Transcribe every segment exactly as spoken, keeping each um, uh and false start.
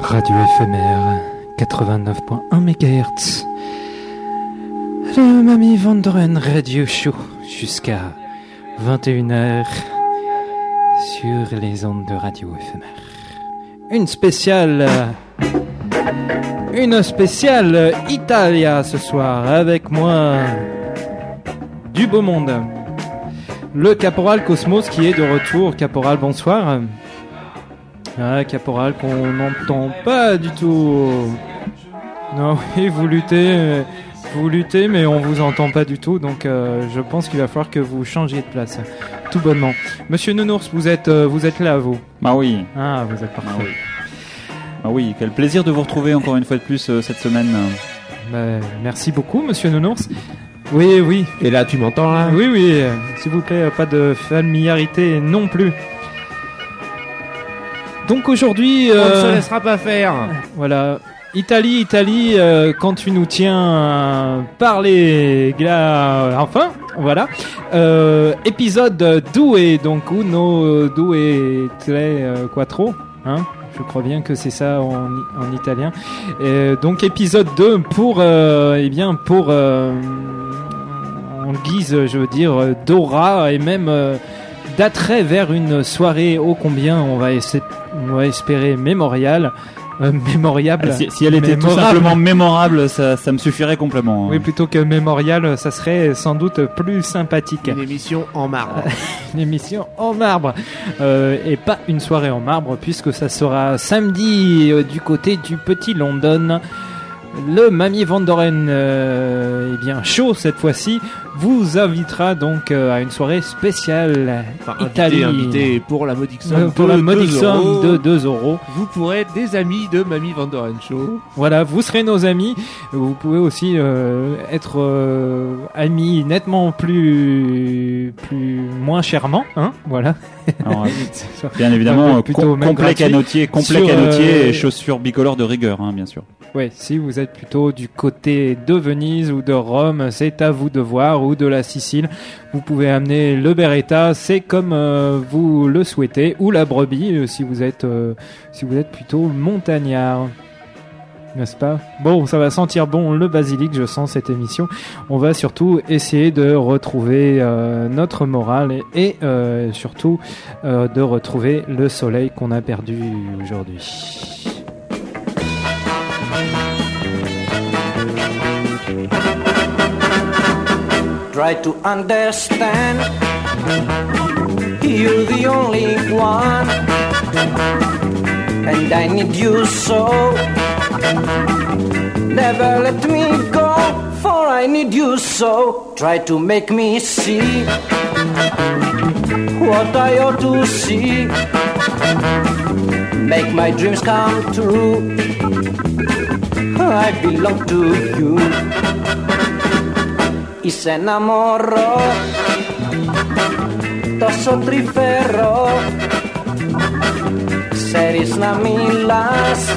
Radio éphémère, quatre-vingt-neuf virgule un mégahertz. Le Mamie Van Doren Radio Show, jusqu'à vingt et une heures sur les ondes de radio éphémère. Une spéciale... Une spéciale Italia ce soir, avec moi, du beau monde. Le Caporal Cosmos qui est de retour. Caporal, bonsoir. Ah, Caporal qu'on n'entend pas du tout. Non, oui, vous luttez, vous luttez, mais on vous entend pas du tout. Donc, euh, je pense qu'il va falloir que vous changiez de place, tout bonnement. Monsieur Nounours, vous êtes, euh, vous êtes là, vous. Bah oui. Ah, vous êtes parfait. Bah oui. Bah oui, quel plaisir de vous retrouver encore une fois de plus euh, cette semaine. Bah, merci beaucoup, Monsieur Nounours. Oui, oui. Et là, tu m'entends là ? Oui, oui. euh, S'il vous plaît, pas de familiarité non plus. Donc aujourd'hui, On euh, ne se laissera pas faire. Voilà, Italie, Italie, euh, quand tu nous tiens euh, par les gars, enfin, voilà, euh, épisode doué, donc uno, due, tre, euh, quattro, hein, je crois bien que c'est ça en, en italien. Et donc épisode deux pour, euh, eh bien, pour, euh, en guise, je veux dire, d'aura et même euh, d'attrait vers une soirée ô combien on va essayer. On va espérer mémorial, euh, mémoriable. Si, si elle était mémorable. tout simplement mémorable, ça, ça me suffirait complètement. Oui, plutôt que mémorial, ça serait sans doute plus sympathique. Une émission en marbre. Une émission en marbre. Euh, et pas une soirée en marbre, puisque ça sera samedi euh, du côté du Petit London. Le Mamie Van Doren, euh, eh bien chaud cette fois-ci, vous invitera donc euh, à une soirée spéciale Enfin, Italie. invité, invité pour la modique somme Euh, pour de la modique deux somme euros. de deux euros. Vous pourrez être des amis de Mamie Van Doren Show. Voilà, vous serez nos amis. Vous pouvez aussi euh, être euh, amis nettement plus, plus moins chèrement, hein. Voilà. Alors, euh, bien évidemment, plutôt com- même complet gratuit. canotier, complet Sur, canotier euh, et chaussures bicolores de rigueur, hein, bien sûr. Ouais, si vous êtes plutôt du côté de Venise ou de Rome, c'est à vous de voir, ou de la Sicile. Vous pouvez amener le Beretta, c'est comme euh, vous le souhaitez, ou la brebis euh, si vous êtes euh, si vous êtes plutôt montagnard. N'est-ce pas ? Bon, ça va sentir bon le basilic, je sens cette émission. On va surtout essayer de retrouver euh, notre morale et, et euh, surtout euh, de retrouver le soleil qu'on a perdu aujourd'hui. Try to understand, you're the only one, and I need you so. Never let me go, for I need you so. Try to make me see what I ought to see. Make my dreams come true. I belong to you. Y se enamoró, τόσο τρυφερό. Ξέρεις να μιλάς,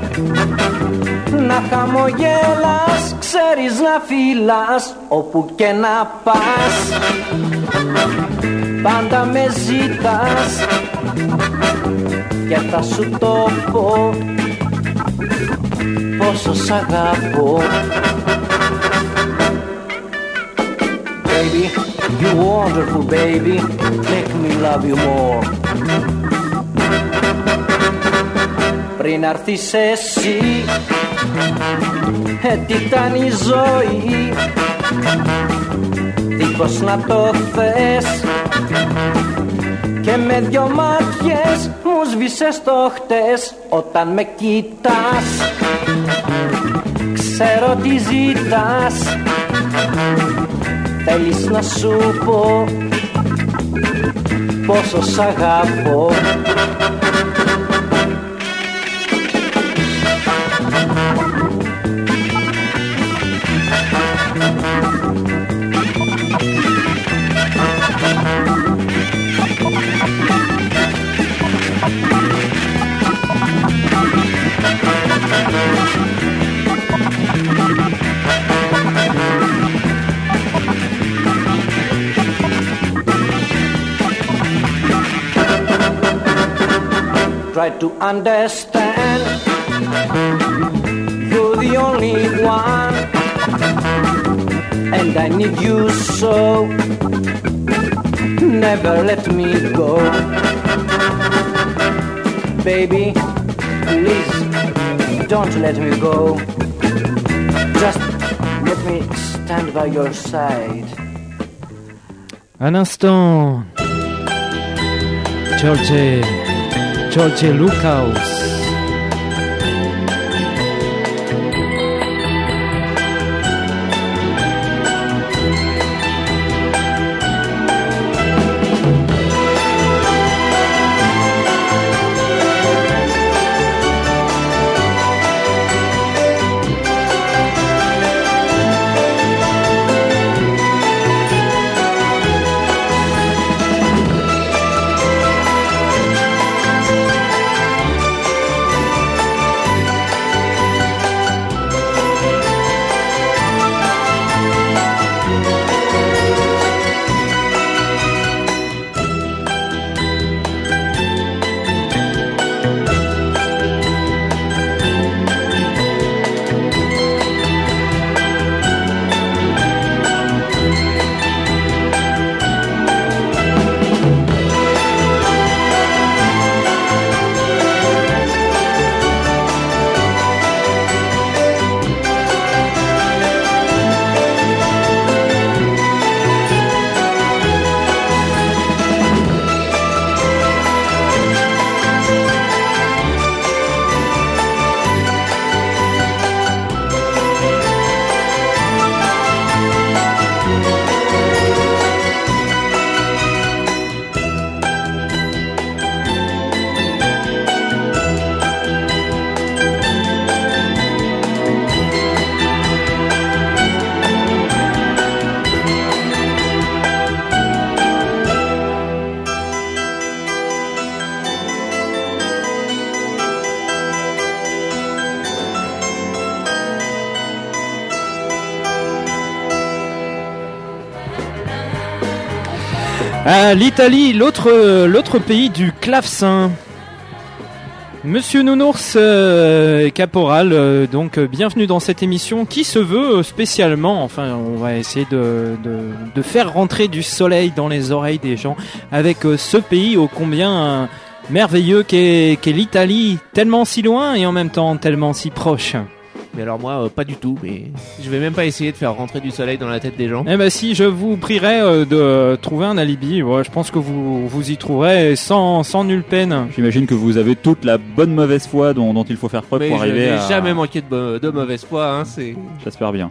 να χαμογελάς, ξέρεις να φιλάς, όπου και να πας, πάντα με ζητάς και θα σου το πω, πόσο σ' αγαπώ. Baby, you're wonderful, baby. Make me love you more. Πριν έρθεις εσύ, ε, τι ήταν η ζωή, δίχως να το θες, και με δυο μάτιες μου σβήσες το χτες. Όταν με κοιτάς, ξέρω τι ζητάς. Θέλεις να σου πω πόσο σ' αγαπώ. Try to understand, You're the only one, and I need you so. Never let me go. Baby, please don't let me go. Just let me stand by your side. Un instant. George, George Lucas. Ah, l'Italie, l'autre, l'autre pays du clavecin. Monsieur Nounours euh, Caporal, euh, donc euh, bienvenue dans cette émission qui se veut euh, spécialement, enfin on va essayer de, de, de faire rentrer du soleil dans les oreilles des gens avec euh, ce pays ô combien euh, merveilleux qu'est, qu'est l'Italie, tellement si loin et en même temps tellement si proche. Mais alors moi, euh, pas du tout. Mais je vais même pas essayer de faire rentrer du soleil dans la tête des gens. Eh ben si, je vous prierai euh, de trouver un alibi. Ouais, je pense que vous vous y trouverez sans sans nulle peine. J'imagine que vous avez toute la bonne mauvaise foi dont, dont il faut faire preuve Mais pour je arriver n'ai à... jamais manqué de, bo- de mauvaise foi. Hein, c'est... J'espère bien.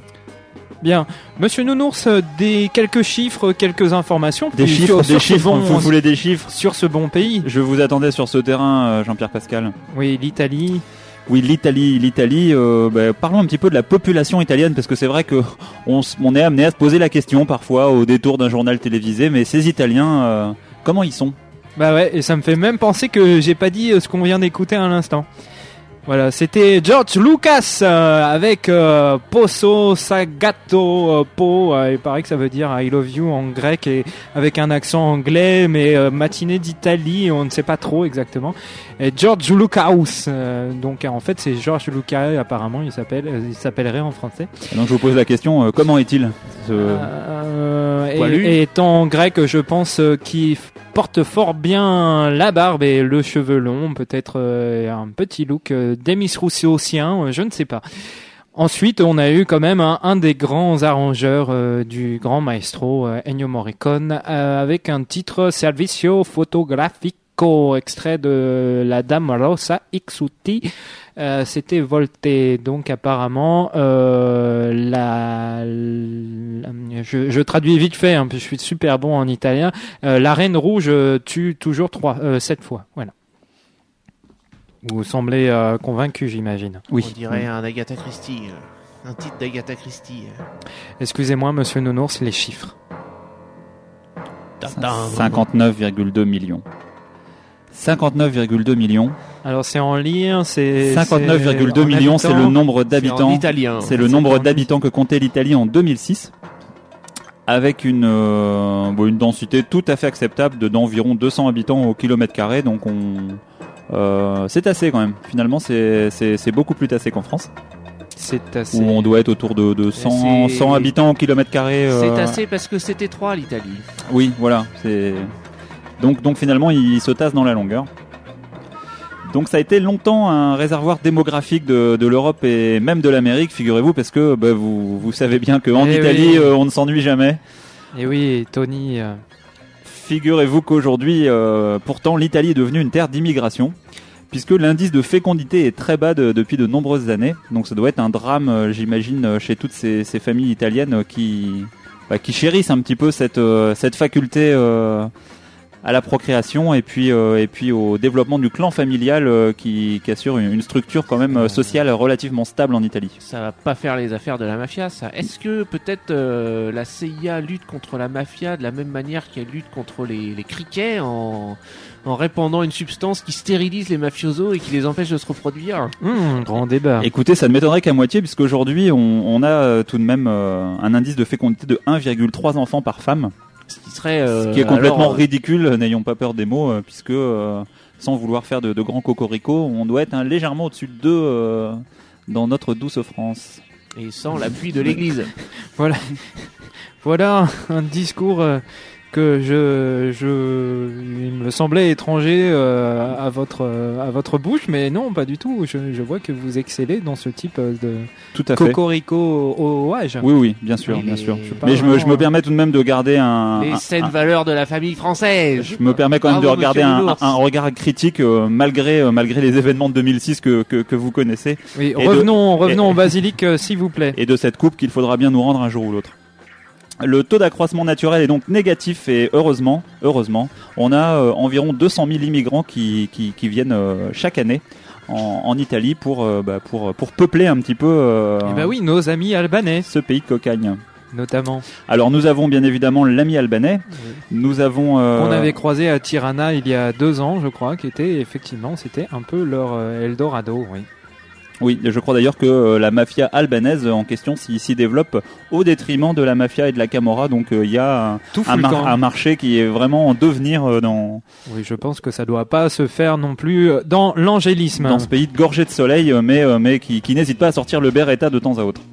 Bien, Monsieur Nounours, euh, des quelques chiffres, quelques informations. Des Puis chiffres, sur, des sur ce chiffres. bon- Vous voulez des chiffres? sur ce bon pays. Je vous attendais sur ce terrain, euh, Jean-Pierre Pascal. Oui, l'Italie. Oui, l'Italie, l'Italie. Euh, bah, parlons un petit peu de la population italienne, parce que c'est vrai que on, s- on est amené à se poser la question parfois au détour d'un journal télévisé. Mais ces Italiens, euh, comment ils sont? Bah ouais, et ça me fait même penser que j'ai pas dit euh, ce qu'on vient d'écouter à l'instant. Voilà, c'était George Lucas euh, avec euh, Posso Sagato euh, Po. Euh, il paraît que ça veut dire I love you en grec et avec un accent anglais, mais euh, matinée d'Italie, on ne sait pas trop exactement. Et George Lucas, euh, donc en fait c'est George Lucas apparemment, il s'appelle, euh, il s'appellerait en français. Et donc je vous pose la question, euh, comment est-il ce... Euh, Poilu. et, et étant grec, je pense euh, qu'il f- porte fort bien la barbe et le cheveu long, peut-être euh, un petit look euh, Demis Rousseausien, euh, je ne sais pas. Ensuite, on a eu quand même un, un des grands arrangeurs euh, du grand maestro euh, Ennio Morricone euh, avec un titre Servizio Fotografico, extrait de La Dame Rosa Ixuti. Euh, c'était Voltaire, donc apparemment euh, la, la je, je traduis vite fait, hein, je suis super bon en italien. Euh, la Reine Rouge euh, tue toujours trois, euh, sept fois. Voilà. Vous semblez euh, convaincu, j'imagine. Oui. On dirait un Agatha Christie. euh, Un titre d'Agatha Christie. euh. Excusez-moi, Monsieur Nounours, les chiffres. cinquante-neuf virgule deux millions. cinquante-neuf virgule deux millions. Alors c'est en lire, c'est cinquante-neuf virgule deux c'est en millions, c'est le habitants. nombre C'est en d'habitants. italien. C'est le C'est nombre en- d'habitants que comptait l'Italie en deux mille six, avec une euh, bon, une densité tout à fait acceptable de d'environ deux cents habitants au kilomètre carré. Donc on Euh, c'est tassé quand même. Finalement, c'est, c'est, c'est beaucoup plus tassé qu'en France. C'est assez. Où on doit être autour de, de cent, C'est- cent habitants au kilomètre carré. euh, C'est assez parce que c'est étroit l'Italie. Oui, voilà. C'est... Donc, donc finalement, il se tasse dans la longueur. Donc ça a été longtemps un réservoir démographique de, de l'Europe et même de l'Amérique, figurez-vous, parce que bah, vous, vous savez bien qu'en Eh Italie, oui. euh, on ne s'ennuie jamais. Et oui, Tony. euh, Figurez-vous qu'aujourd'hui, euh, pourtant, l'Italie est devenue une terre d'immigration, puisque l'indice de fécondité est très bas de- depuis de nombreuses années. Donc ça doit être un drame, euh, j'imagine, euh, chez toutes ces, ces familles italiennes euh, qui, bah, qui chérissent un petit peu cette, euh, cette faculté euh, à la procréation et puis, euh, et puis au développement du clan familial euh, qui, qui assure une, une structure quand même euh, sociale relativement stable en Italie. Ça va pas faire les affaires de la mafia, ça. Est-ce que peut-être euh, la C I A lutte contre la mafia de la même manière qu'elle lutte contre les, les criquets en, en répandant une substance qui stérilise les mafiosos et qui les empêche de se reproduire? hum, grand débat. Écoutez, ça ne m'étonnerait qu'à moitié, puisqu'aujourd'hui, on, on a euh, tout de même euh, un indice de fécondité de un virgule trois enfants par femme. Ce qui serait euh, Ce qui est complètement alors, euh, ridicule, euh, n'ayons pas peur des mots, euh, puisque euh, sans vouloir faire de, de grands cocoricots, on doit être hein, légèrement au-dessus de deux euh, dans notre douce France. et sans l'appui de l'Église. Voilà, voilà un discours euh, que je, je, il me semblait étranger euh, à votre, euh, à votre bouche, mais non, pas du tout. Je, je vois que vous excellez dans ce type euh, de Tout à fait. cocorico au, au âge. Oui, oui, bien sûr, Oui, bien les- sûr. Je sais pas, Mais je me, je me vraiment, permets tout de même de garder un... Les un- saines un- valeurs de la famille française. je me permets quand même Bravo, de regarder monsieur un, Nounours. un regard critique euh, malgré, euh, malgré les événements de deux mille six que, que, que vous connaissez Oui, Et revenons, de- revenons et- au basilic, euh, s'il vous plaît. et de cette coupe qu'il faudra bien nous rendre un jour ou l'autre. Le taux d'accroissement naturel est donc négatif et heureusement, heureusement, on a euh, environ deux cent mille immigrants qui, qui, qui viennent euh, chaque année en, en Italie pour, euh, bah, pour, pour peupler un petit peu euh, Eh ben oui, nos amis albanais, ce pays de cocagne. notamment, Alors nous avons bien évidemment l'ami albanais, nous avons... euh, qu'on avait croisé à Tirana il y a deux ans, je crois, qui était effectivement, c'était un peu leur euh, Eldorado, oui. Oui, je crois d'ailleurs que euh, la mafia albanaise en question s'y, s'y développe au détriment de la mafia et de la Camorra, donc euh, il y a un, Tout un, fout le mar- camp. un marché qui est vraiment en devenir euh, dans, Oui, je pense que ça doit pas se faire non plus euh, dans l'angélisme. dans ce pays de gorgé de soleil, euh, mais, euh, mais qui, qui n'hésite pas à sortir le Beretta de temps à autre.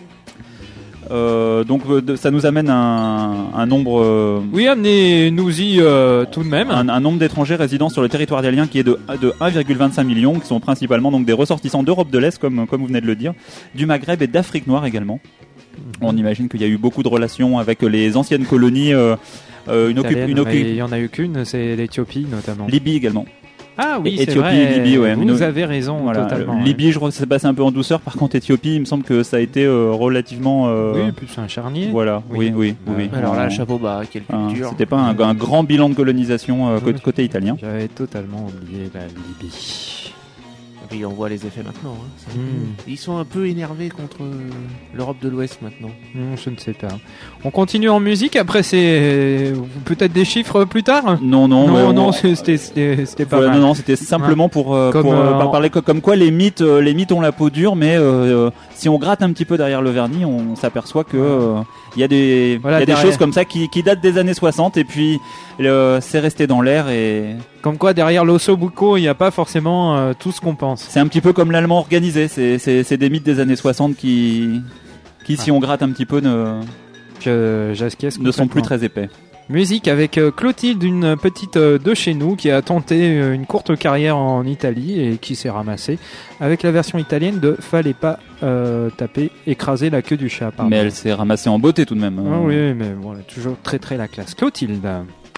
Euh, donc euh, de- ça nous amène un, un nombre euh, Oui, amenez-nous-y euh, tout de même. un, un nombre d'étrangers résidant sur le territoire italien qui est de, de un virgule vingt-cinq millions, qui sont principalement donc des ressortissants d'Europe de l'Est, comme, comme vous venez de le dire, du Maghreb et d'Afrique noire également. On imagine qu'il y a eu beaucoup de relations avec les anciennes colonies, euh, euh, une, occup- Italienne, une mais occup- il y en a eu qu'une, c'est l'Éthiopie notamment. Libye également. Ah oui, Et- c'est Éthiopie, vrai. Libye, ouais. Vous Une- avez raison, Voilà. totalement. Euh, Libye, je crois que ça s'est passé un peu en douceur. Par contre, Éthiopie, il me semble que ça a été euh, relativement. euh, ouais. Oui, plus un charnier. Voilà. Oui, Oui. oui, oui. oui. Alors là, Euh, chapeau bas, quelle un- culture. C'était pas un, un grand bilan de colonisation euh, côté, Oui. côté italien. J'avais totalement oublié la Libye. Oui, on voit les effets maintenant. hein. C'est- Hmm. Ils sont un peu énervés contre euh, l'Europe de l'Ouest maintenant. Hmm, je ne sais pas. On continue en musique, après c'est peut-être des chiffres plus tard. Non, non, mais non, on- non, c'est- c'était c'était- c'était pas Voilà, mal. non, non, c'était simplement pour, euh, Comme, pour euh, euh, par- parler co- comme quoi les mythes, euh, les mythes ont la peau dure, mais euh, euh, si on gratte un petit peu derrière le vernis, on s'aperçoit que euh, il y a des, Voilà, il y a des derrière. choses comme ça qui, qui datent des années soixante et puis euh, c'est resté dans l'air et Comme quoi, derrière l'osso bucco, il n'y a pas forcément euh, tout ce qu'on pense. c'est un petit peu comme l'allemand organisé. C'est, c'est, c'est des mythes des années soixante qui, qui si on gratte un petit peu, ne, Je, j'acquiesce ne sont plus complètement. très épais. Musique avec euh, Clotilde, une petite euh, de chez nous qui a tenté euh, une courte carrière en Italie et qui s'est ramassée avec la version italienne de Fallait pas euh, taper, écraser la queue du chat. pardon. Mais elle s'est ramassée en beauté tout de même. Ah oui, mais bon, elle a toujours très très la classe. Clotilde.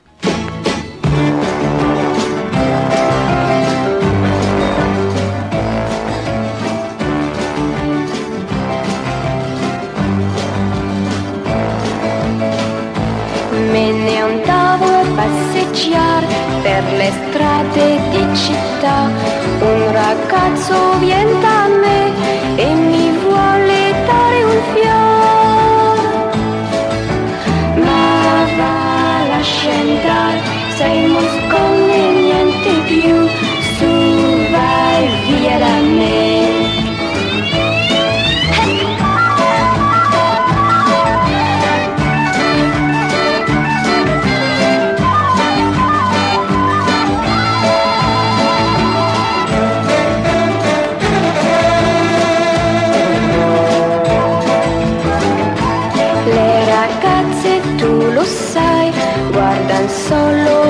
Me ne andavo a passeggiare per le strade di città. Un ragazzo viene da me e mi vuole dare un fiore. Ma va, lascia andare, sei moscone e niente più. Su, vai via da me.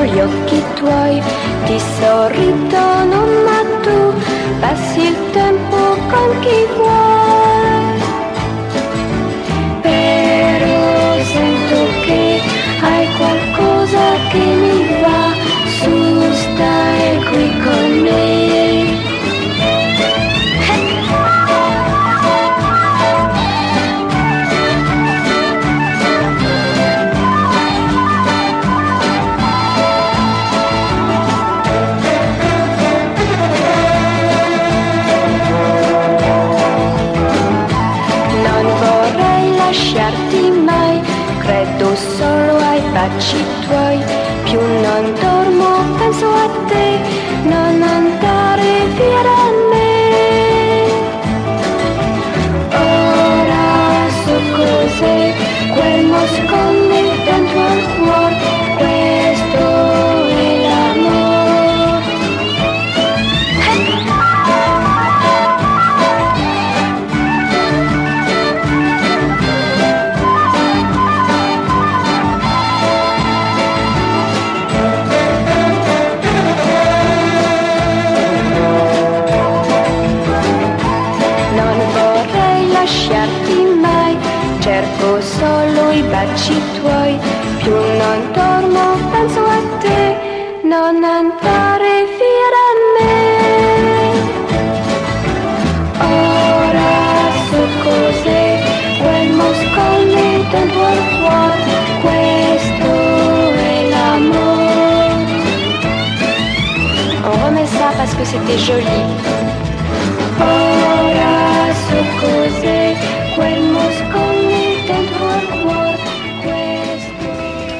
gli occhi tuoi ti sorridono, ma tu passi il tempo con chi vuoi. Però sento che hai qualcosa che mi va, su stai qui con me. Lasciarti mai, credo solo ai baci tuoi, più non dormo penso a te, non andare via da me. Ora so cos'è quel moscone dentro al cuore, questo è l'amore. Cerco solo i baci tuoi, più non dormo penso a te, non andare via da me. Ora so cos'è quel moscone dentro al cuore, questo è l'amore. On remet ça parce que c'était joli. Ora so cos'è quel moscone dentro al cuore, questo.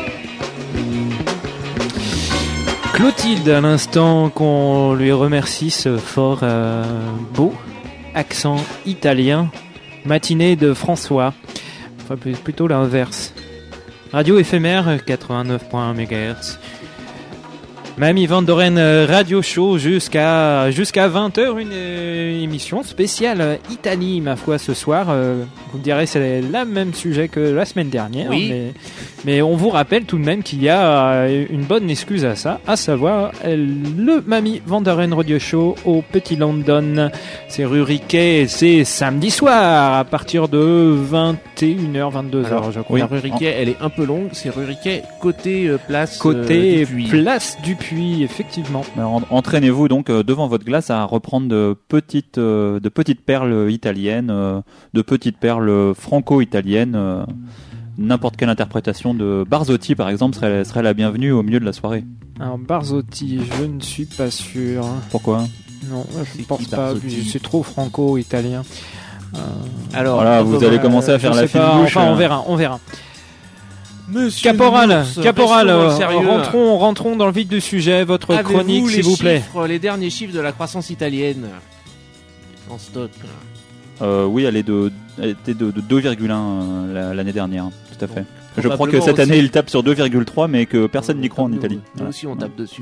Clotilde, à l'instant, qu'on lui remercie ce fort euh, beau accent italien. Matinée de François. Enfin, plutôt l'inverse. Radio éphémère, quatre-vingt-neuf virgule un mégahertz. Mamie Van Doren Radio Show jusqu'à jusqu'à vingt heures, une euh, émission spéciale Italie, ma foi, ce soir. Euh, vous me direz, c'est le même sujet que la semaine dernière. Oui. Mais, mais on vous rappelle tout de même qu'il y a euh, une bonne excuse à ça, à savoir euh, le Mamie Van Doren Radio Show au Petit London. C'est rue Riquet, c'est samedi soir à partir de vingt et une heures, vingt-deux heures, Alors, je crois. La rue Riquet, elle est un peu longue. C'est rue Riquet côté euh, place Côté euh, du Puy. place du Puy, effectivement. Alors, entraînez-vous donc euh, devant votre glace à reprendre de petites, euh, de petites perles italiennes, euh, de petites perles franco-italiennes. euh, N'importe quelle interprétation de Barzotti, par exemple, serait, serait la bienvenue au milieu de la soirée. Alors Barzotti, je ne suis pas sûr. Pourquoi ? Non, je C'est ne pense qui, pas. Barzotti C'est trop franco-italien. Euh, Alors, Voilà, vous allez commencer à faire je la sais pas, fine bouche. Enfin, on euh. verra, on verra. Monsieur Caporal, Nours, Caporal, restons dans le euh, sérieux. rentrons, rentrons dans le vif du sujet. Votre Avez-vous chronique, les s'il vous plaît. chiffres, les derniers chiffres de la croissance italienne en stock. Euh, oui, elle, est de, elle était de, de deux virgule un euh, la- l'année dernière, tout à fait. Je crois que probablement cette année, aussi. il tape sur deux virgule trois, mais que personne n'y croit en Nous, Italie. Nous Voilà. aussi, on tape dessus.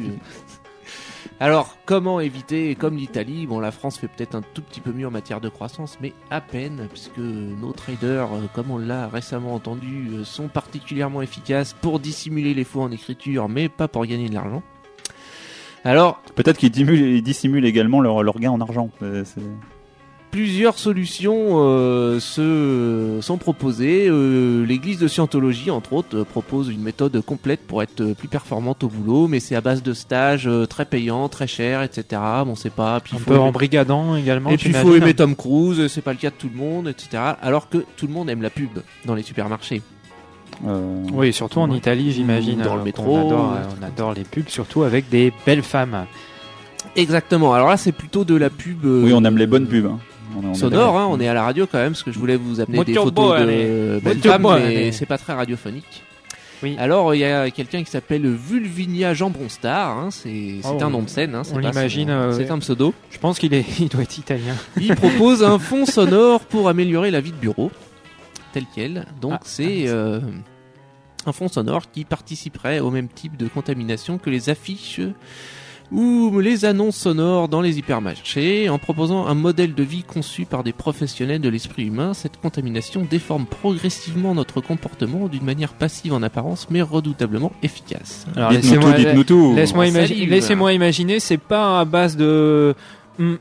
Alors, comment éviter, comme l'Italie, bon, la France fait peut-être un tout petit peu mieux en matière de croissance, mais à peine, puisque nos traders, euh, comme on l'a récemment entendu, euh, sont particulièrement efficaces pour dissimuler les faux en écriture, mais pas pour gagner de l'argent. Alors, Peut-être qu'ils dimulent- ils dissimulent également leur, leur gain en argent. Euh, c'est- plusieurs solutions euh, se sont proposées. Euh, L'église de Scientologie, entre autres, euh, propose une méthode complète pour être euh, plus performante au boulot, mais c'est à base de stages euh, très payants, très chers, et cetera. Bon, c'est pas. Puis Un faut peu aimer- embrigadant également. Et puis il j'imagine. faut aimer Tom Cruise, c'est pas le cas de tout le monde, et cetera. Alors que tout le monde aime la pub dans les supermarchés. euh, Oui, surtout en Ouais. Italie, j'imagine. Dans le euh, métro, On adore, euh, euh, on adore les pubs, surtout avec des belles femmes. Exactement. Alors là, c'est plutôt de la pub. euh, Oui, on aime les bonnes pubs. hein. On est- on est Sonore, d'accord. hein, on est à la radio quand même, parce que je voulais vous amener des Molto photos buone. de belles Molto femmes, buone. mais c'est pas très radiophonique. Oui. Alors, il y a quelqu'un qui s'appelle Vulvinia Jambon Star, hein, c'est c'est Oh, un nom de scène, hein, c'est on pas l'imagine, son- euh, c'est ouais. un pseudo. Je pense qu'il est, il doit être italien. Il propose un fond sonore pour améliorer la vie de bureau, tel quel. Donc Ah, c'est ah, euh, un fond sonore qui participerait au même type de contamination que les affiches ou les annonces sonores dans les hypermarchés. En proposant un modèle de vie conçu par des professionnels de l'esprit humain, cette contamination déforme progressivement notre comportement d'une manière passive en apparence, mais redoutablement efficace. Alors Dites-nous laissez-moi, tout, dites-nous tout. laisse-moi, On imagi- salive. laissez-moi imaginer, c'est pas à base de. Non,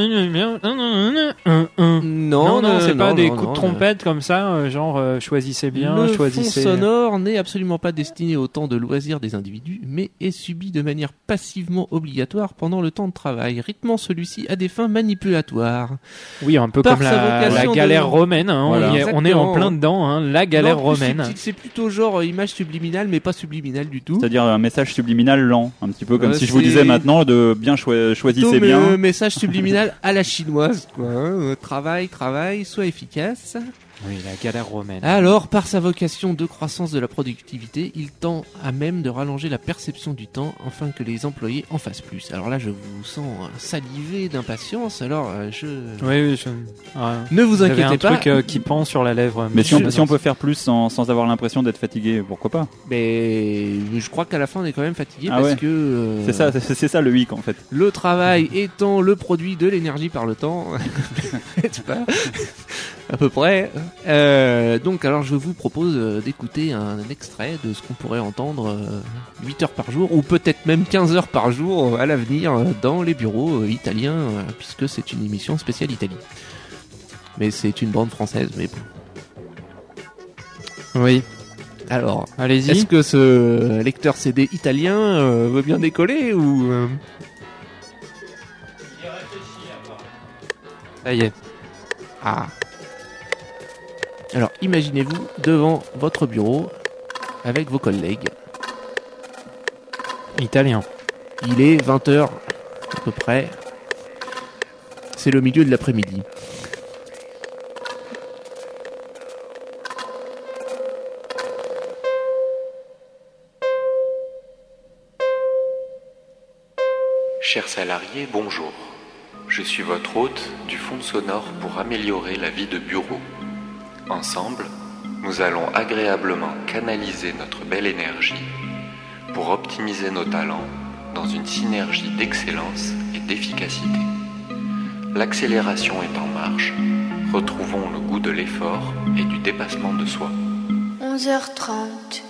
non, non, c'est pas des coups de trompette comme ça, euh, genre euh, choisissez bien, Le choisissez. fond sonore n'est absolument pas destiné au temps de loisir des individus, mais est subi de manière passivement obligatoire pendant le temps de travail, rythmant celui-ci à des fins manipulatoires. Oui, un peu Par comme sa la, la vocation galère de- romaine. Hein, Voilà. on, y est, on est en Exactement. plein dedans, hein, la galère Non, plus romaine. subtil, c'est plutôt genre euh, image subliminale, mais pas subliminale du tout. C'est-à-dire un message subliminal lent, un petit peu comme Euh, si je vous c'est- disais maintenant de bien choi- choisissez Plutôt, bien. mais, euh, message subliminal à la chinoise, quoi. hein. Euh, Travail, travail, soit efficace. Oui, la galère romaine. Alors, par sa vocation de croissance de la productivité, il tend à même de rallonger la perception du temps afin que les employés en fassent plus. Alors là, je vous sens euh, saliver d'impatience, alors euh, je... Oui, oui, je... ouais. Ne vous J'avais inquiétez un pas, truc euh, qui pend sur la lèvre. Mais si on, je- si on peut faire plus sans, sans avoir l'impression d'être fatigué, pourquoi pas? mais je crois qu'à la fin, on est quand même fatigué Ah parce ouais. que... euh, C'est ça, c'est, c'est ça le hic en fait. Le travail étant le produit de l'énergie par le temps, n'est-ce pas? À peu près. Euh, donc, alors, je vous propose euh, d'écouter un, extrait de ce qu'on pourrait entendre euh, huit heures par jour, ou peut-être même quinze heures par jour euh, à l'avenir euh, dans les bureaux euh, italiens, euh, puisque c'est une émission spéciale Italie. Mais c'est une bande française, mais bon. Oui, Alors, allez-y. est-ce que ce lecteur C D italien euh, veut bien décoller ou... euh, Ça y est. Ah. Alors, imaginez-vous devant votre bureau avec vos collègues. Italien. Il est vingt heures à peu près. C'est le milieu de l'après-midi. Chers salariés, bonjour. Je suis votre hôte du fond sonore pour améliorer la vie de bureau. Ensemble, nous allons agréablement canaliser notre belle énergie pour optimiser nos talents dans une synergie d'excellence et d'efficacité. L'accélération est en marche. Retrouvons le goût de l'effort et du dépassement de soi. onze heures trente.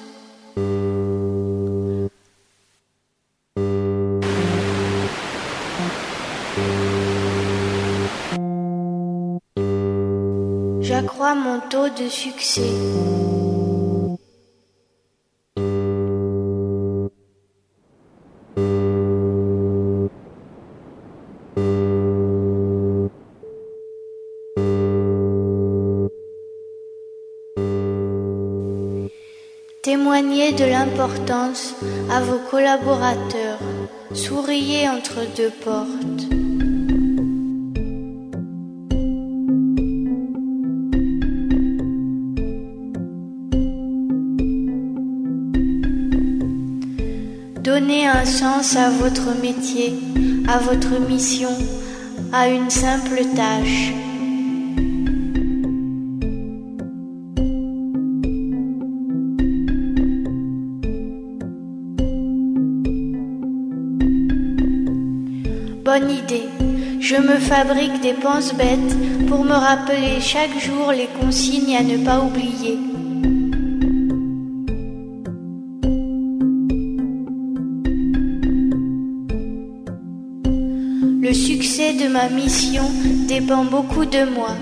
J'accrois mon taux de succès. Témoignez de l'importance à vos collaborateurs. Souriez entre deux portes. Donnez un sens à votre métier, à votre mission, à une simple tâche. Bonne idée. Je me fabrique des pense-bêtes pour me rappeler chaque jour les consignes à ne pas oublier. Le succès de ma mission dépend beaucoup de moi.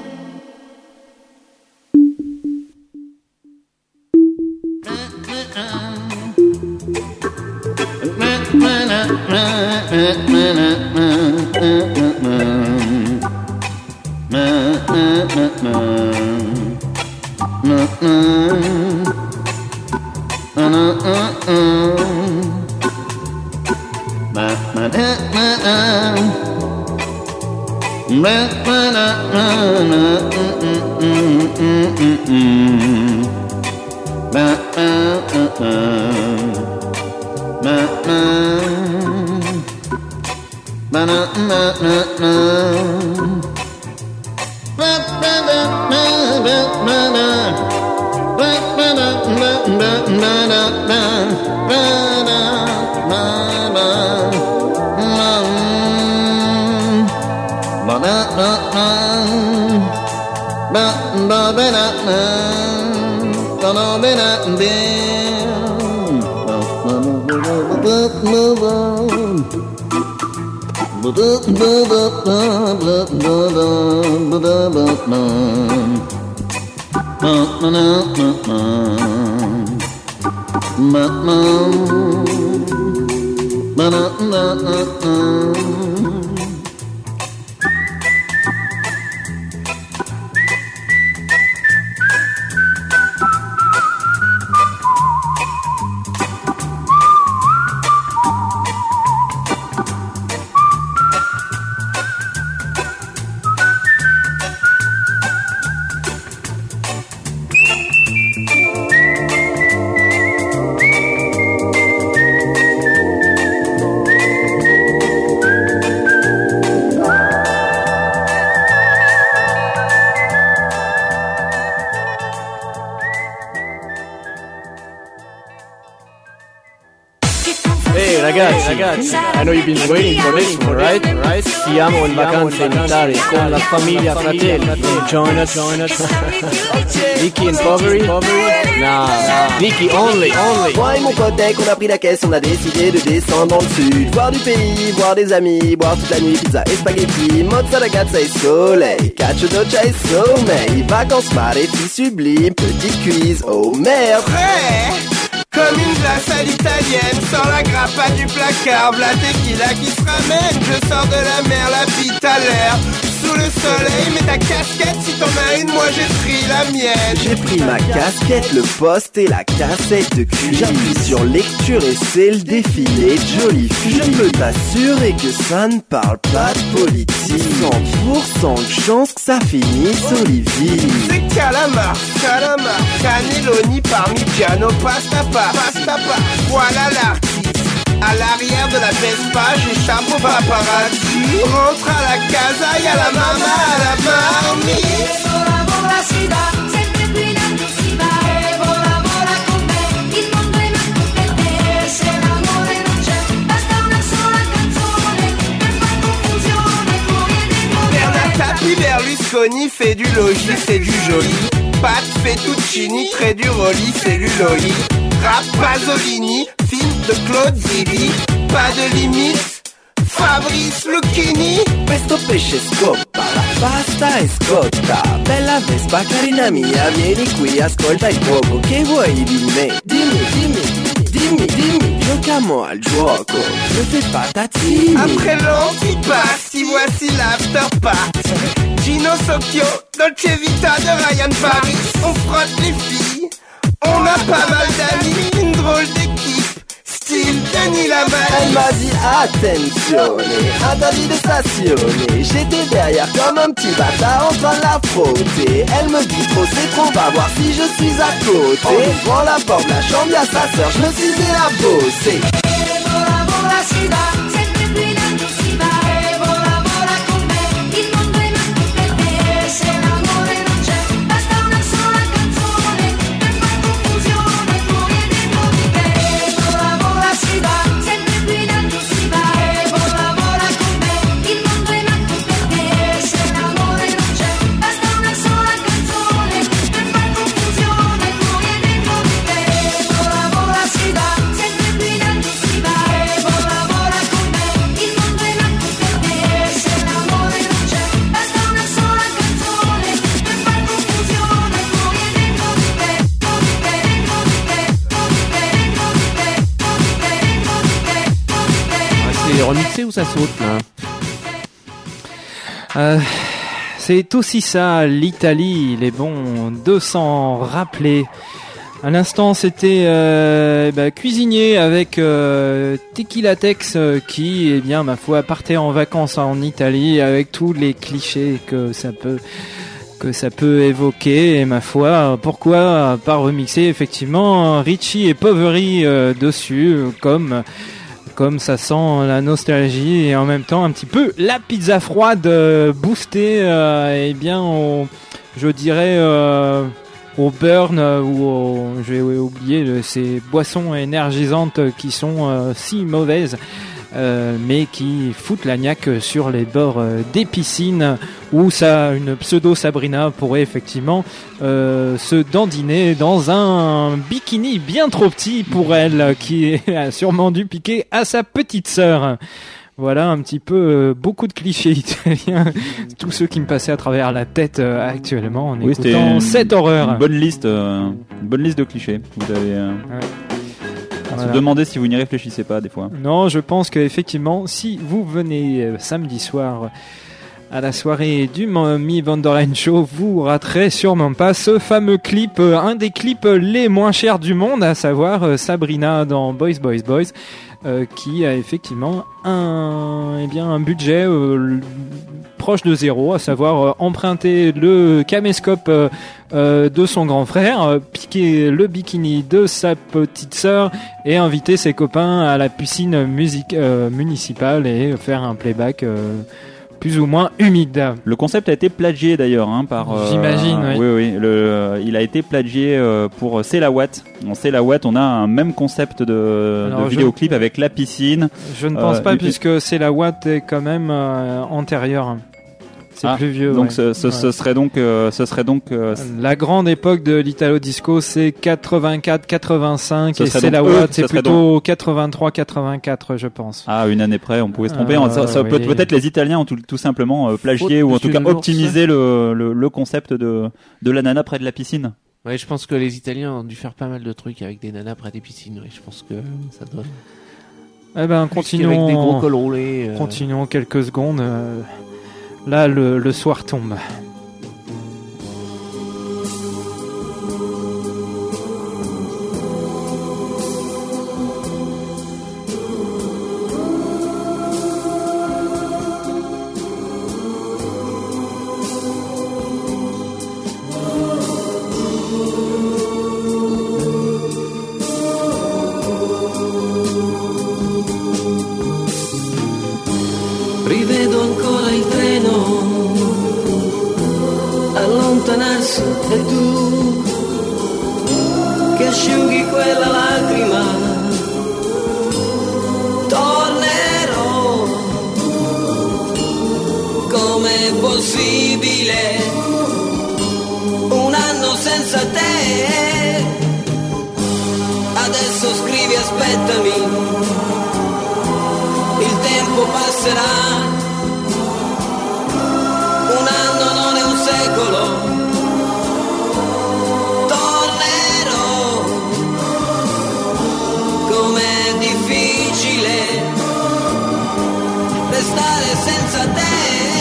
Hey ragazzi, ragazzi, I know you've been waiting for this one, right? Right? Siamo in vacanza in Italia con la famiglia Fratelli. Join us, join us. Vicky and Poveri? Nah, nah. Vicky only, only. Moi et mon pote, dès qu'on a pris la caisse, on a décidé de descendre dans le sud. Voir du pays, voir des amis, boire toute la nuit, pizza et spaghetti. Mozza ragazza et soleil, cacio doccia et sommeil. Vacances maretti sublime, petite cuisse, oh merde. Prêt comme une glace à l'italienne, sors la grappa du placard, v'là tequila qui se ramène, je sors de la mer, la bite à l'air, sous le soleil, mets ta casquette, si t'en as une, moi j'ai pris la mienne. J'ai pris ma casquette, le poste et la cassette de cul. J'appuie sur lecture et c'est le défilé de jolies filles. Je peux t'assurer que ça ne parle pas de politique, cent pour cent de chance que ça finisse Olivier. C'est calamar, calamar, cannelloni, parmigiano, pasta pas. Pasta pas, voilà l'artiste. À l'arrière de la Vespa, j'échappe au paparazzi. Rentre à la casa, y'a la mama à la marmite. Vola, vola, si va, sempre guidando si va. E vola, vola con me, il mondo è nato per te. Se l'amore non c'è, basta una sola canzone per far confusione fuori e dentro. Bernard Tapie, Berlusconi, fait du logis, c'est du joli. Pat Fettuccini, trait du Rolli, celluloli. Rap Pasolini, film de Claude Zidi. Pas de limite, Fabrice Lucchini. Questo pesce scoppa, la pasta è scotta. Bella Vespa, carina mia, vieni qui, ascolta il fuoco. Che vuoi di me? Dimmi, dimmi, dimmi, dimmi. Giochiamo al gioco, je fais patatini. Après l'antipasti, voici l'afterparty. Gino Socchio, Dolce Vita de Ryan Paris. On frotte les filles, on a pas mal d'amis, une drôle d'équipe, style Denis Lamar. Elle m'a dit attenzione, interdit de stationner. J'étais derrière comme un petit bâtard en train de la frotter. Elle me dit trop c'est trop, va voir si je suis à côté. En ouvrant la porte de la chambre y'a sa sœur, je me suis mis à bosser. Vola, vola, si va, sempre guidando si va. E vola, vola con me, il mondo è nato per te. Se l'amore non c'è, basta una sola canzone per far confusione fuori e dentro di te. Vola, vola, si va, sempre guidando si va. E vola, vola con me, il mondo è nato per te. Se l'amore non c'è, basta una sola canzone per far confusione fuori e dentro di te. Vola, vola, si va, sempre guidando si va. E vola, vola con me, il mondo è nato per te. Se l'amore non c'è, basta una sola canzone per far confusione fuori e dentro di te. Dentro di te, dentro di te, dentro di te, dentro di te, dentro di te, dentro di te, dentro di te. C'est remixé ou ça saute là? Euh, c'est aussi ça, l'Italie, il est bon de s'en rappeler. À l'instant, c'était euh, bah, cuisinier avec euh, Tequila Tex euh, qui, eh bien, ma foi, partait en vacances en Italie avec tous les clichés que ça peut que ça peut évoquer. Et ma foi, pourquoi pas remixer effectivement Richie et Poveri euh, dessus, comme comme ça sent la nostalgie et en même temps un petit peu la pizza froide euh, boostée, euh, eh bien, au, je dirais. Euh, au burn euh, ou au, je vais oublier le, ces boissons énergisantes qui sont euh, si mauvaises. euh, mais qui foutent la niaque sur les bords euh, des piscines où ça, une pseudo Sabrina pourrait effectivement euh, se dandiner dans un bikini bien trop petit pour elle, qui a sûrement dû piquer à sa petite sœur. Voilà un petit peu euh, beaucoup de clichés italiens, tous ceux qui me passaient à travers la tête euh, actuellement en oui, écoutant une, cette horreur. Une bonne liste, euh, une bonne liste de clichés. Vous avez euh, ouais. Voilà. Se demander si vous n'y réfléchissez pas des fois. Non, je pense qu'effectivement, si vous venez euh, samedi soir à la soirée du Mimi Van Der Leyen Show, vous raterez sûrement pas ce fameux clip, euh, un des clips les moins chers du monde, à savoir euh, Sabrina dans Boys Boys Boys. Euh, qui a effectivement un, eh bien, un budget euh, proche de zéro, à savoir euh, emprunter le caméscope euh, euh, de son grand frère, euh, piquer le bikini de sa petite sœur et inviter ses copains à la piscine musique, euh, municipale et faire un playback euh, plus ou moins humide. Le concept a été plagié d'ailleurs hein, par. Euh, J'imagine, oui. Oui, oui. Le, euh, il a été plagié euh, pour C'est la Watt. Dans C'est la Watt, on a un même concept de, Alors, de je... vidéoclip avec la piscine. Je ne pense euh, pas, et... puisque C'est la Watt est quand même euh, antérieur. C'est ah, plus vieux. Donc ouais. ce, ce, ouais. ce serait donc, euh, ce serait donc. Euh, la grande époque de l'Italo Disco, c'est quatre-vingt-quatre quatre-vingt-cinq et C'est la Watt, c'est plutôt donc... quatre-vingt-trois quatre-vingt-quatre, je pense. Ah, une année près, on pouvait se tromper. Euh, ça, ça oui. peut, peut-être les Italiens ont tout, tout simplement euh, plagié ou en tout cas optimisé le, le, le concept de, de la nana près de la piscine. Ouais, je pense que les Italiens ont dû faire pas mal de trucs avec des nanas près des piscines. Ouais, je pense que ça doit. Eh ben, continuons. Avec des gros col roulés. Euh... Continuons quelques secondes. Euh... Là, le, le soir tombe. Rivedo ancora il treno allontanarsi e tu che asciughi quella lacrima. Tornerò, com'è possibile un anno senza te? Adesso scrivi aspettami, il tempo passerà, un anno non è un secolo, tornerò, com'è difficile restare senza te.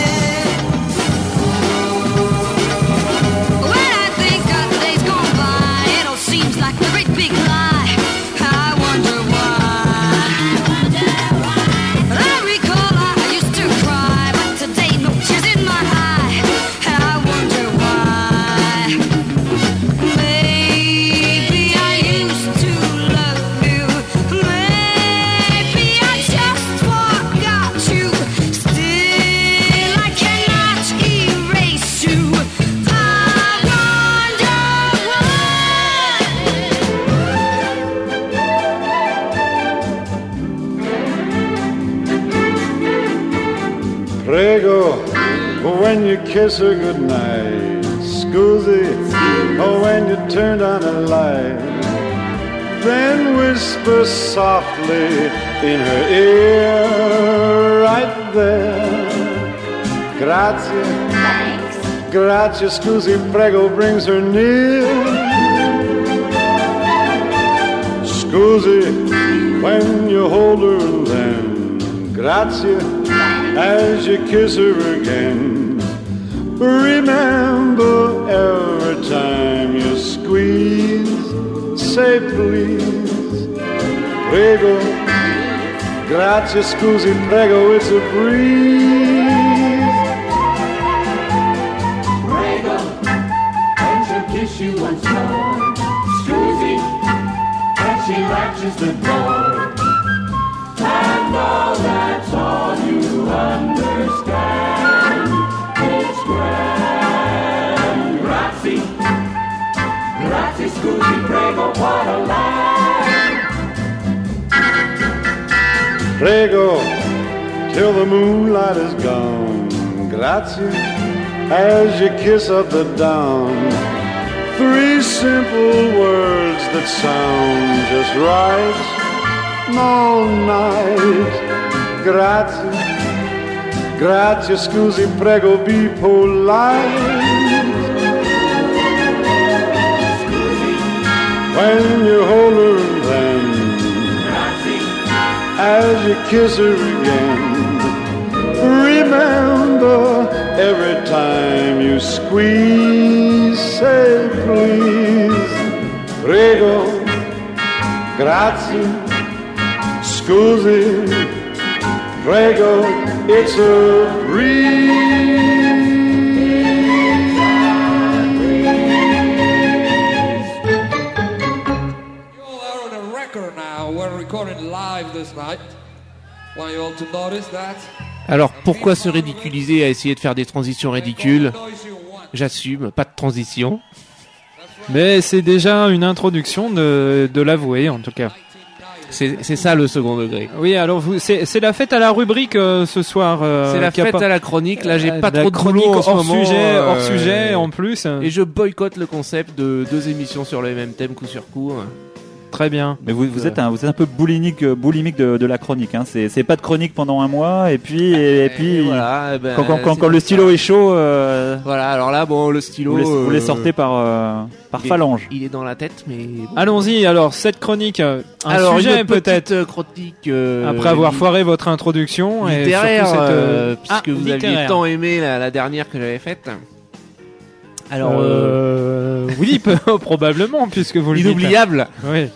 When I think of days gone by, it all seems like a great big lie. I wonder why. Prego, when you kiss her goodnight. Scusi, oh, when you turn on a light. Then whisper softly in her ear, right there. Grazie, thanks. Grazie, scusi, prego, brings her near. Scusi, when you hold her and then grazie, as you kiss her again. Remember every time you squeeze, say please, prego, grazie, scusi, prego, it's a breeze. Prego, and she'll kiss you once more. Scusi, and she latches the door. And all that's all you understand. It's grand. Grazie, grazie, scusi, prego, what a lie. Prego, till the moonlight is gone. Grazie, as you kiss up the dawn. Three simple words that sound just right all night. Grazie, grazie, scusi, prego, be polite. When you hold her then, as you kiss her again, remember every time you squeeze, say please, prego, grazie, scusi, prego, it's a breeze. Alors pourquoi se ridiculiser à essayer de faire des transitions ridicules? J'assume, pas de transition. Mais c'est déjà une introduction de, de l'avoué en tout cas. C'est, c'est ça le second degré. Oui, alors vous, c'est, c'est la fête à la rubrique euh, ce soir. Euh, c'est la fête pas... à la chronique. Là, j'ai euh, pas trop de chronique boulot en ce hors moment, sujet, euh, hors sujet en plus. Et je boycotte le concept de deux émissions sur le même thème coup sur coup. Très bien. Mais vous, vous êtes un, vous êtes un peu boulimique, boulimique de, de la chronique. Hein. C'est, c'est pas de chronique pendant un mois et puis, et, et puis, et voilà, et ben, quand, quand, quand, quand le stylo ça. est chaud, euh, voilà. Alors là, bon, le stylo, vous les, euh, vous les sortez par, euh, par il phalange. Est, il est dans la tête, mais bon. Allons-y. Alors cette chronique, un alors, sujet une peut-être. Chronique. Euh, Après avoir foiré votre introduction littéraire, et surtout cette, euh, puisque ah, vous littéraire. aviez tant aimé la, la dernière que j'avais faite. Alors, euh, euh... oui, probablement, puisque vous le inoubliable. Dites. Oui.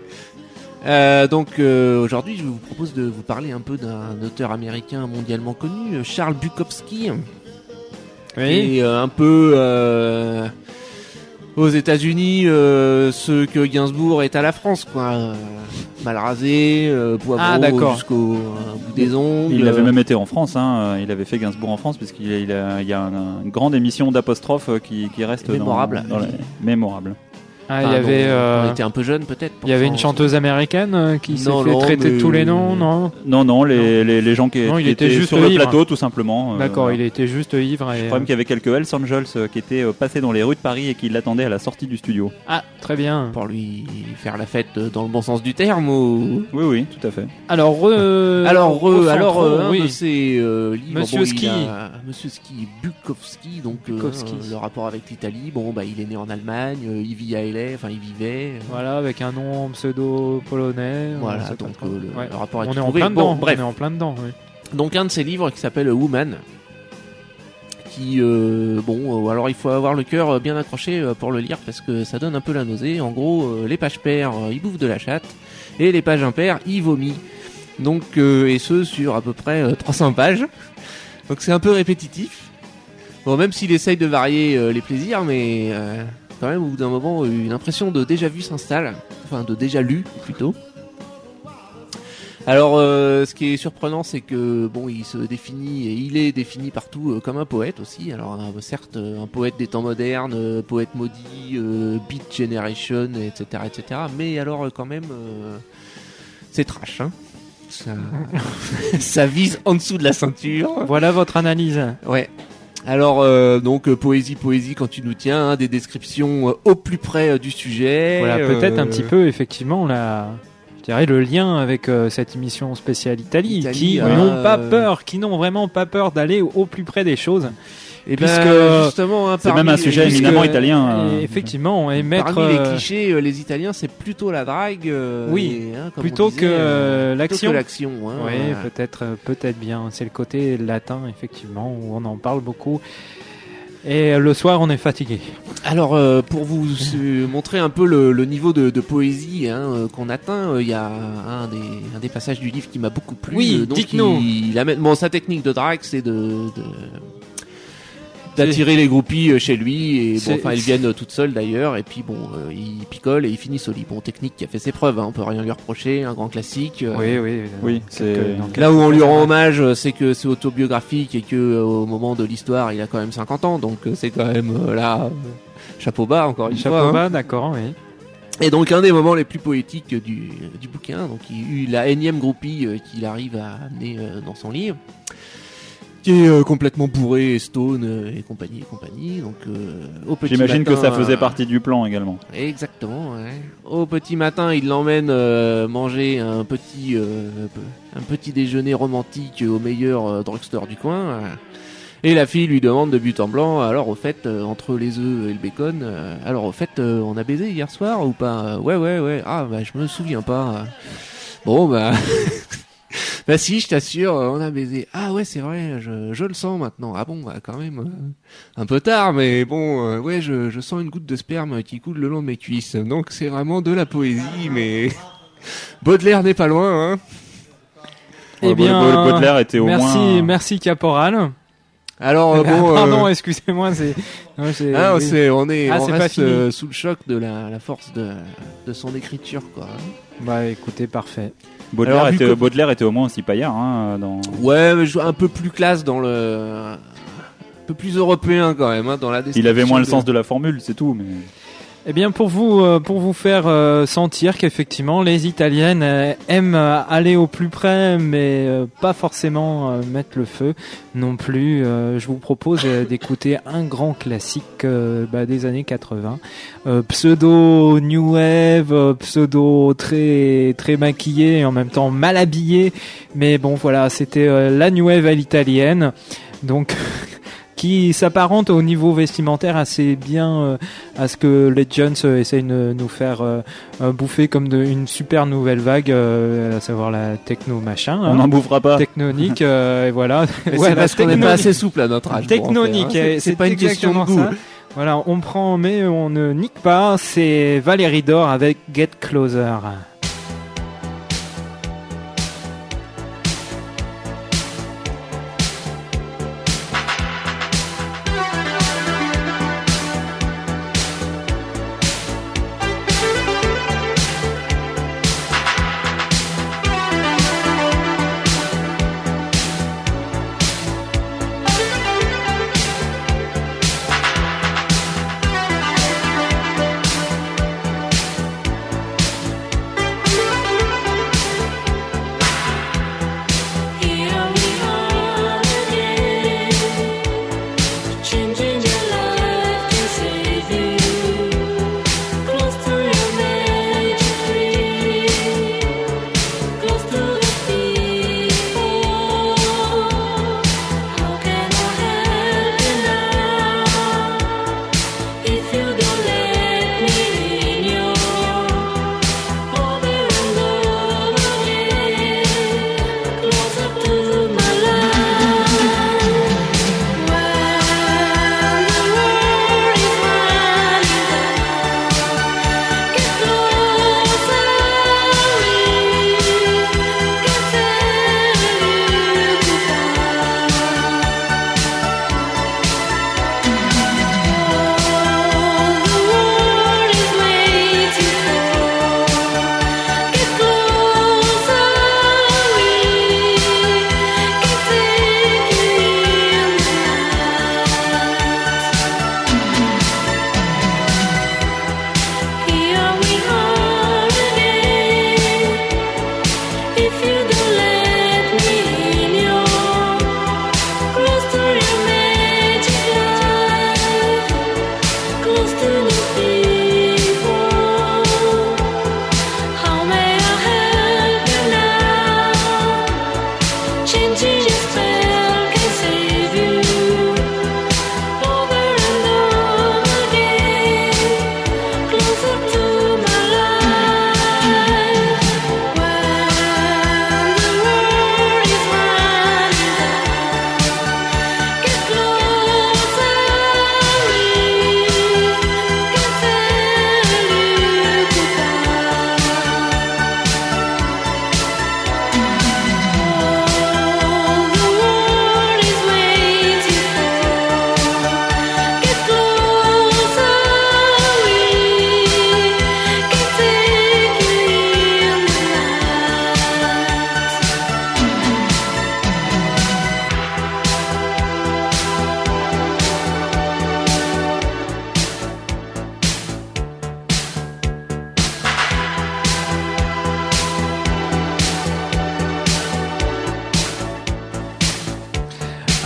Euh, donc euh, aujourd'hui, je vous propose de vous parler un peu d'un auteur américain mondialement connu, Charles Bukowski, oui. qui est euh, un peu euh, aux États-Unis euh, ce que Gainsbourg est à la France, quoi. Euh, mal rasé, euh, poivreau ah, jusqu'au euh, bout des ongles. Il avait même été en France, hein. Il avait fait Gainsbourg en France, parce qu'il il a, il y a un, une grande émission d'apostrophes qui, qui reste mémorable. Dans, dans les... mémorable. Ah, il y avait. Non, euh... On était un peu jeune, peut-être. Il y avait une chanteuse américaine euh, qui non, s'est fait non, traiter mais... de tous les noms, non Non, non, les, les, les gens qui, non, qui il était, étaient juste sur le ivre. plateau, tout simplement. D'accord, euh, il était juste ivre. Et... Je crois même qu'il y avait quelques Hells Angels euh, qui étaient euh, passés dans les rues de Paris et qui l'attendaient à la sortie du studio. Ah, très bien. Pour lui faire la fête dans le bon sens du terme ou... Oui, oui, tout à fait. Alors, euh, alors, euh, alors euh, un oui. de ses euh, livres, Monsieur bon, Ski. A, Monsieur Ski, Bukowski, donc Bukowski. Euh, le rapport avec l'Italie. Bon, bah, il est né en Allemagne, euh, il vit à L A, enfin, il vivait. Euh... Voilà, avec un nom pseudo-polonais. Voilà, donc euh, le, ouais. le rapport est on est en trouvé. plein Bon, dedans. bref. On est en plein dedans. Oui. Donc un de ses livres qui s'appelle Woman, qui euh, bon, euh, alors il faut avoir le cœur bien accroché euh, pour le lire parce que ça donne un peu la nausée. En gros, euh, les pages paires, euh, il bouffe de la chatte, et les pages impaires, il vomit. Donc euh, et ce sur à peu près euh, trois cents pages. Donc c'est un peu répétitif. Bon, même s'il essaye de varier euh, les plaisirs, mais euh, quand même au bout d'un moment, une impression de déjà vu s'installe, enfin de déjà lu plutôt. Alors, euh, ce qui est surprenant, c'est que bon, il se définit et il est défini partout euh, comme un poète aussi. Alors, euh, certes, euh, un poète des temps modernes, euh, poète maudit, euh, Beat Generation, et cetera, et cetera. Mais alors, euh, quand même, euh, c'est trash. Hein. Ça... ça vise en dessous de la ceinture. Voilà votre analyse. Ouais. Alors, euh, donc, euh, poésie, poésie, quand tu nous tiens, hein, des descriptions euh, au plus près euh, du sujet. Voilà, peut-être euh... un petit peu, effectivement, la... Je dirais le lien avec euh, cette émission spéciale Italie, Italie qui euh... n'ont pas peur, qui n'ont vraiment pas peur d'aller au, au plus près des choses. Et puisque ben, justement, hein, c'est même un sujet puisque, éminemment italien. Euh, effectivement, et mettre parmi euh, les clichés, euh, les Italiens, c'est plutôt la drague. Euh, oui, et, hein, comme plutôt, on disait, que, euh, l'action. plutôt que l'action. Hein, oui, voilà. peut-être, peut-être bien. C'est le côté latin, effectivement, où on en parle beaucoup. Et le soir, on est fatigué. Alors, euh, pour vous euh, montrer un peu le, le niveau de, de poésie hein, euh, qu'on atteint, il euh, y a un des, un des passages du livre qui m'a beaucoup plu. Oui, euh, donc dites-nous. Il, il amène, bon, sa technique de drague, c'est de, de d'attirer les groupies chez lui et bon, enfin elles viennent toutes seules d'ailleurs et puis bon euh, il picole et il finit au lit. Bon, technique qui a fait ses preuves, hein, on peut rien lui reprocher, un grand classique. Euh, oui, oui, oui. C'est... Là où on lui rend hommage, c'est que c'est autobiographique et que euh, au moment de l'histoire, il a quand même cinquante ans, donc euh, c'est quand même euh, là euh, chapeau bas encore une chapeau fois. Chapeau bas, hein. d'accord, oui. Et donc un des moments les plus poétiques du, du bouquin, donc il y a eu la énième groupie euh, qu'il arrive à amener euh, dans son livre, qui est euh, complètement bourré, et stone euh, et compagnie et compagnie. Donc euh, au petit J'imagine matin, que ça faisait euh, partie du plan également. Exactement. Ouais. Au petit matin, il l'emmène euh, manger un petit euh, un petit déjeuner romantique au meilleur euh, drugstore du coin. Euh. Et la fille lui demande de but en blanc, alors au fait, euh, entre les œufs et le bacon, euh, alors au fait, euh, on a baisé hier soir ou pas? euh, Ouais, ouais, ouais. Ah, bah je me souviens pas. Bon, bah... bah si, je t'assure, euh, on a baisé. Ah ouais, c'est vrai, je, je le sens maintenant. Ah bon, bah quand même, euh, un peu tard, mais bon, euh, ouais, je, je sens une goutte de sperme qui coule le long de mes cuisses. Donc c'est vraiment de la poésie, mais... Baudelaire n'est pas loin, hein. Eh bien, Baudelaire était au merci, moins... merci Caporal. Alors euh, bon, pardon, euh... excusez-moi, c'est, non, c'est... Ah, on, c'est, on est, ah, on c'est reste pas fini. euh, sous le choc de la, la force de, de son écriture, quoi. Bah, écoutez, parfait. Baudelaire, Alors, était, que... Baudelaire était au moins aussi paillard, hein, dans... Ouais, mais un peu plus classe dans le, un peu plus européen quand même, hein, dans la description. Il avait moins le de... sens de la formule, c'est tout, mais... Eh bien, pour vous, euh, pour vous faire euh, sentir qu'effectivement, les Italiennes euh, aiment euh, aller au plus près, mais euh, pas forcément euh, mettre le feu non plus. Euh, je vous propose euh, d'écouter un grand classique euh, bah, des années quatre-vingts, euh, pseudo new wave, euh, pseudo très très maquillé et en même temps mal habillé. Mais bon, voilà, c'était euh, la new wave à l'italienne, donc. qui s'apparente au niveau vestimentaire assez bien euh, à ce que les Jones euh, essayent de nous faire euh, euh, bouffer comme de, une super nouvelle vague, euh, à savoir la techno machin. On n'en hein. bouffera pas. Technonique, euh, et voilà. Mais ouais, c'est parce qu'on n'est pas assez souple à notre âge. Technonique, faire, hein. c'est, c'est pas une question de goût. Ça. Voilà, on prend mais on ne nique pas. C'est Valérie Dore avec Get Closer.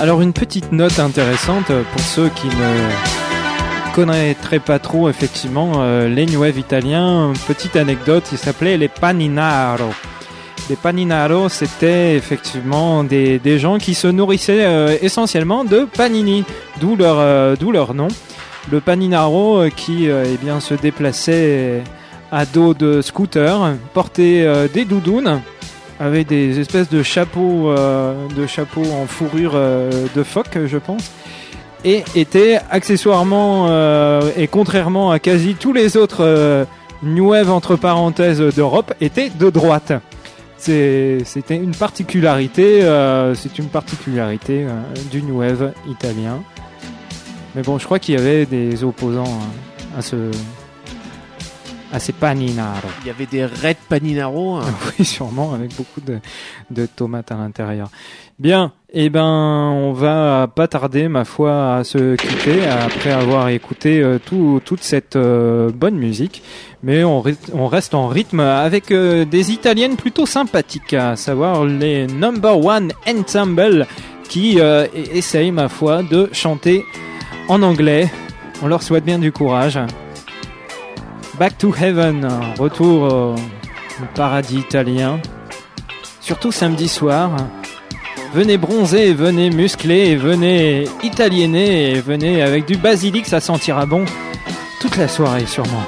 Alors une petite note intéressante pour ceux qui ne connaîtraient pas trop effectivement euh, les New Wave italiens. Une petite anecdote, ils s'appelaient les Paninaro. Les Paninaro, c'était effectivement des, des gens qui se nourrissaient euh, essentiellement de panini, d'où leur, euh, d'où leur nom. Le Paninaro euh, qui euh, eh bien, se déplaçait à dos de scooter, portait euh, des doudounes, avec des espèces de chapeaux, euh, de chapeaux en fourrure euh, de phoque, je pense, et était accessoirement euh, et contrairement à quasi tous les autres euh, New Wave entre parenthèses d'Europe, était de droite. C'est, c'était une particularité, euh, c'est une particularité euh, du New Wave italien. Mais bon, je crois qu'il y avait des opposants à, à ce. à ces Paninaro. Il y avait des Red Paninaro. Hein. Oui, sûrement, avec beaucoup de, de tomates à l'intérieur. Bien, eh ben, on va pas tarder, ma foi, à se quitter après avoir écouté euh, tout, toute cette euh, bonne musique. Mais on, on reste en rythme avec euh, des Italiennes plutôt sympathiques, à savoir les Number One Ensemble, qui euh, essayent, ma foi, de chanter en anglais. On leur souhaite bien du courage. Back to Heaven, retour au paradis italien. Surtout samedi soir. Venez bronzer, venez muscler, venez italienner, venez avec du basilic, ça sentira bon toute la soirée sûrement.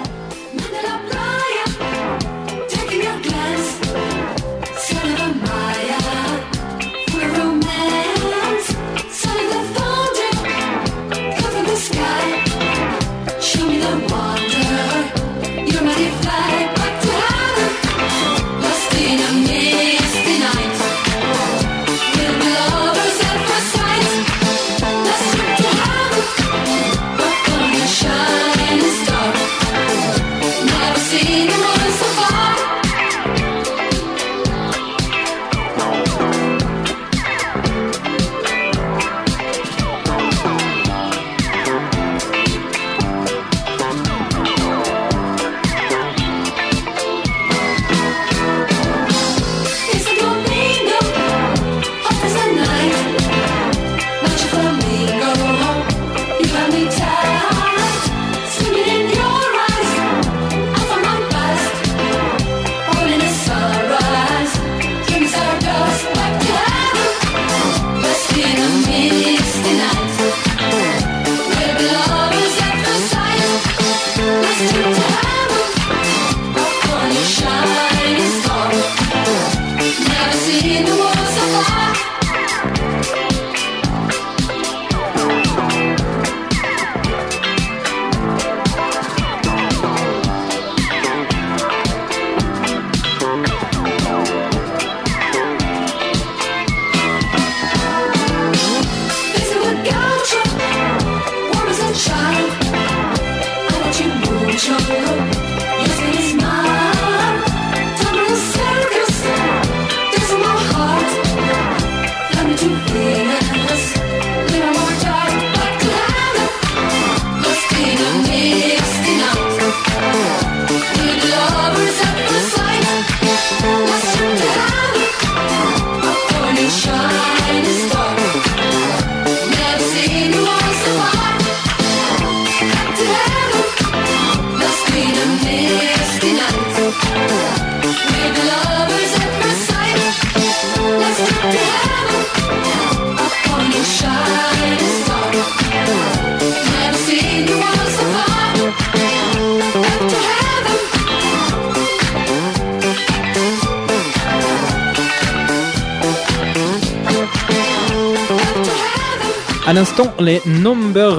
À l'instant, les Number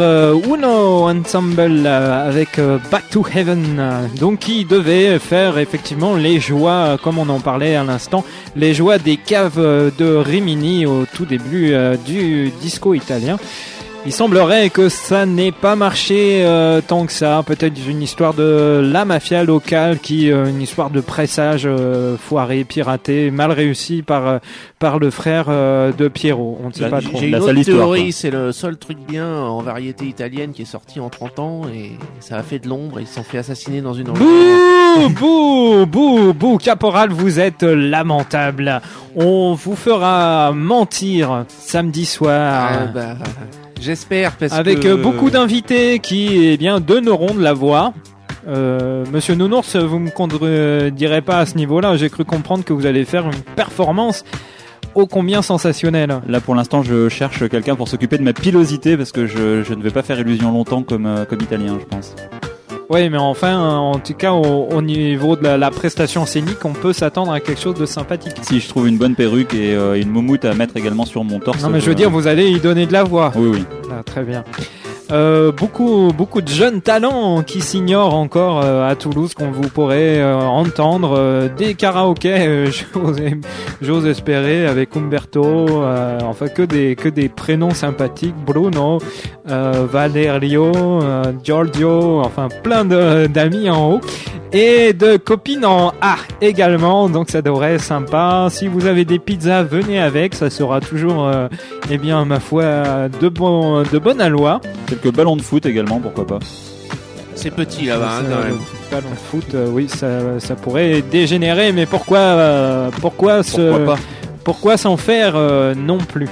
Uno Ensemble euh, avec euh, Back to Heaven, euh, donc qui devait faire effectivement les joies, comme on en parlait à l'instant, les joies des caves de Rimini au tout début euh, du disco italien. Il semblerait que ça n'ait pas marché euh, tant que ça. Peut-être une histoire de la mafia locale, qui euh, une histoire de pressage euh, foiré, piraté, mal réussi par euh, par le frère euh, de Pierrot. On ne sait Là, pas j'ai trop. j'ai une autre théorie, c'est le seul truc bien en variété italienne qui est sorti en trente ans et ça a fait de l'ombre et ils se sont fait assassiner dans une Bouh, bouh, bouh, bouh, Caporal, vous êtes lamentable. On vous fera mentir samedi soir. Ah, bah, j'espère parce avec que... beaucoup d'invités qui, eh bien, donneront de la voix. Euh, Monsieur Nounours, vous me contredirez pas à ce niveau-là. J'ai cru comprendre que vous allez faire une performance ô combien sensationnelle. Là, pour l'instant, je cherche quelqu'un pour s'occuper de ma pilosité parce que je, je ne vais pas faire illusion longtemps comme, euh, comme italien, je pense. Oui, mais enfin, en tout cas, au, au niveau de la, la prestation scénique, on peut s'attendre à quelque chose de sympathique. Si je trouve une bonne perruque et euh, une moumoute à mettre également sur mon torse. Non, mais je veux dire, vous allez y donner de la voix. Oui, oui. Ah, très bien. Euh, beaucoup, beaucoup de jeunes talents qui s'ignorent encore euh, à Toulouse, qu'on vous pourrez euh, entendre euh, des karaokés, euh, j'ose, j'ose espérer, avec Umberto, euh, enfin que des que des prénoms sympathiques, Bruno, euh, Valerio, euh, Giorgio, enfin plein de, d'amis en haut et de copines en A également, donc ça devrait être sympa. Si vous avez des pizzas, venez avec, ça sera toujours, euh, eh bien ma foi, de bon, de bonne aloi. Quelques ballons de foot également, pourquoi pas. C'est petit là-bas, hein, quand même. Ballon de foot, euh, oui, ça, ça pourrait dégénérer, mais pourquoi, euh, pourquoi, se, Pourquoi pas pourquoi s'en faire euh, non plus.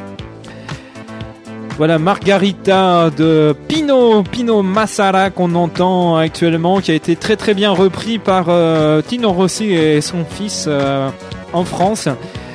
Voilà, Margarita de Pino, Pino Massara qu'on entend actuellement, qui a été très très bien repris par euh, Tino Rossi et son fils euh, en France.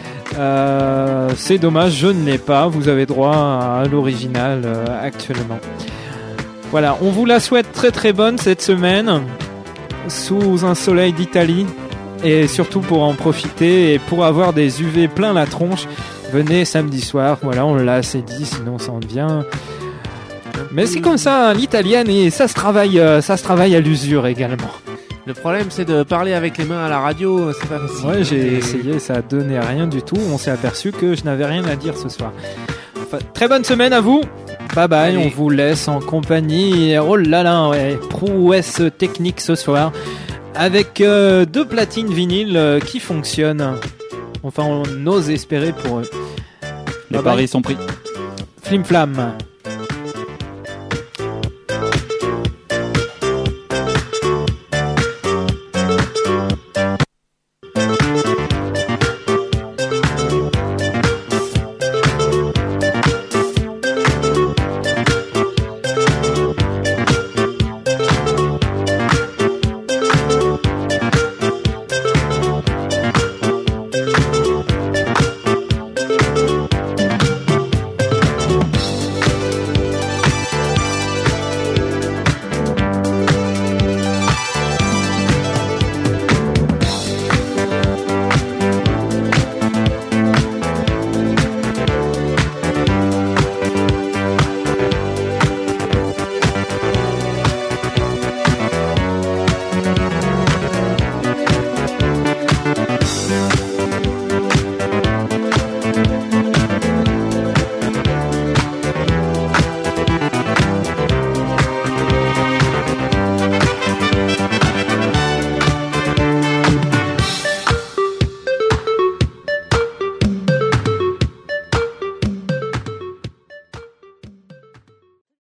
Euh, c'est dommage, je ne l'ai pas. Vous avez droit à l'original euh, actuellement. Voilà, on vous la souhaite très très bonne cette semaine, sous un soleil d'Italie, et surtout pour en profiter et pour avoir des U V plein la tronche. Venez samedi soir, voilà, on l'a assez dit, sinon ça en devient. Mais c'est comme ça, l'italienne, et ça se travaille, euh, ça se travaille à l'usure également. Le problème, c'est de parler avec les mains à la radio, c'est pas facile. Ouais, j'ai Et- essayé, ça a donné rien du tout. On s'est aperçu que je n'avais rien à dire ce soir. Enfin, très bonne semaine à vous. Bye bye, Allez. on vous laisse en compagnie. Oh là là, ouais, prouesse technique ce soir. Avec euh, deux platines vinyles euh, qui fonctionnent. Enfin, on ose espérer pour eux. Les Bye bye. paris sont pris. Flim flam.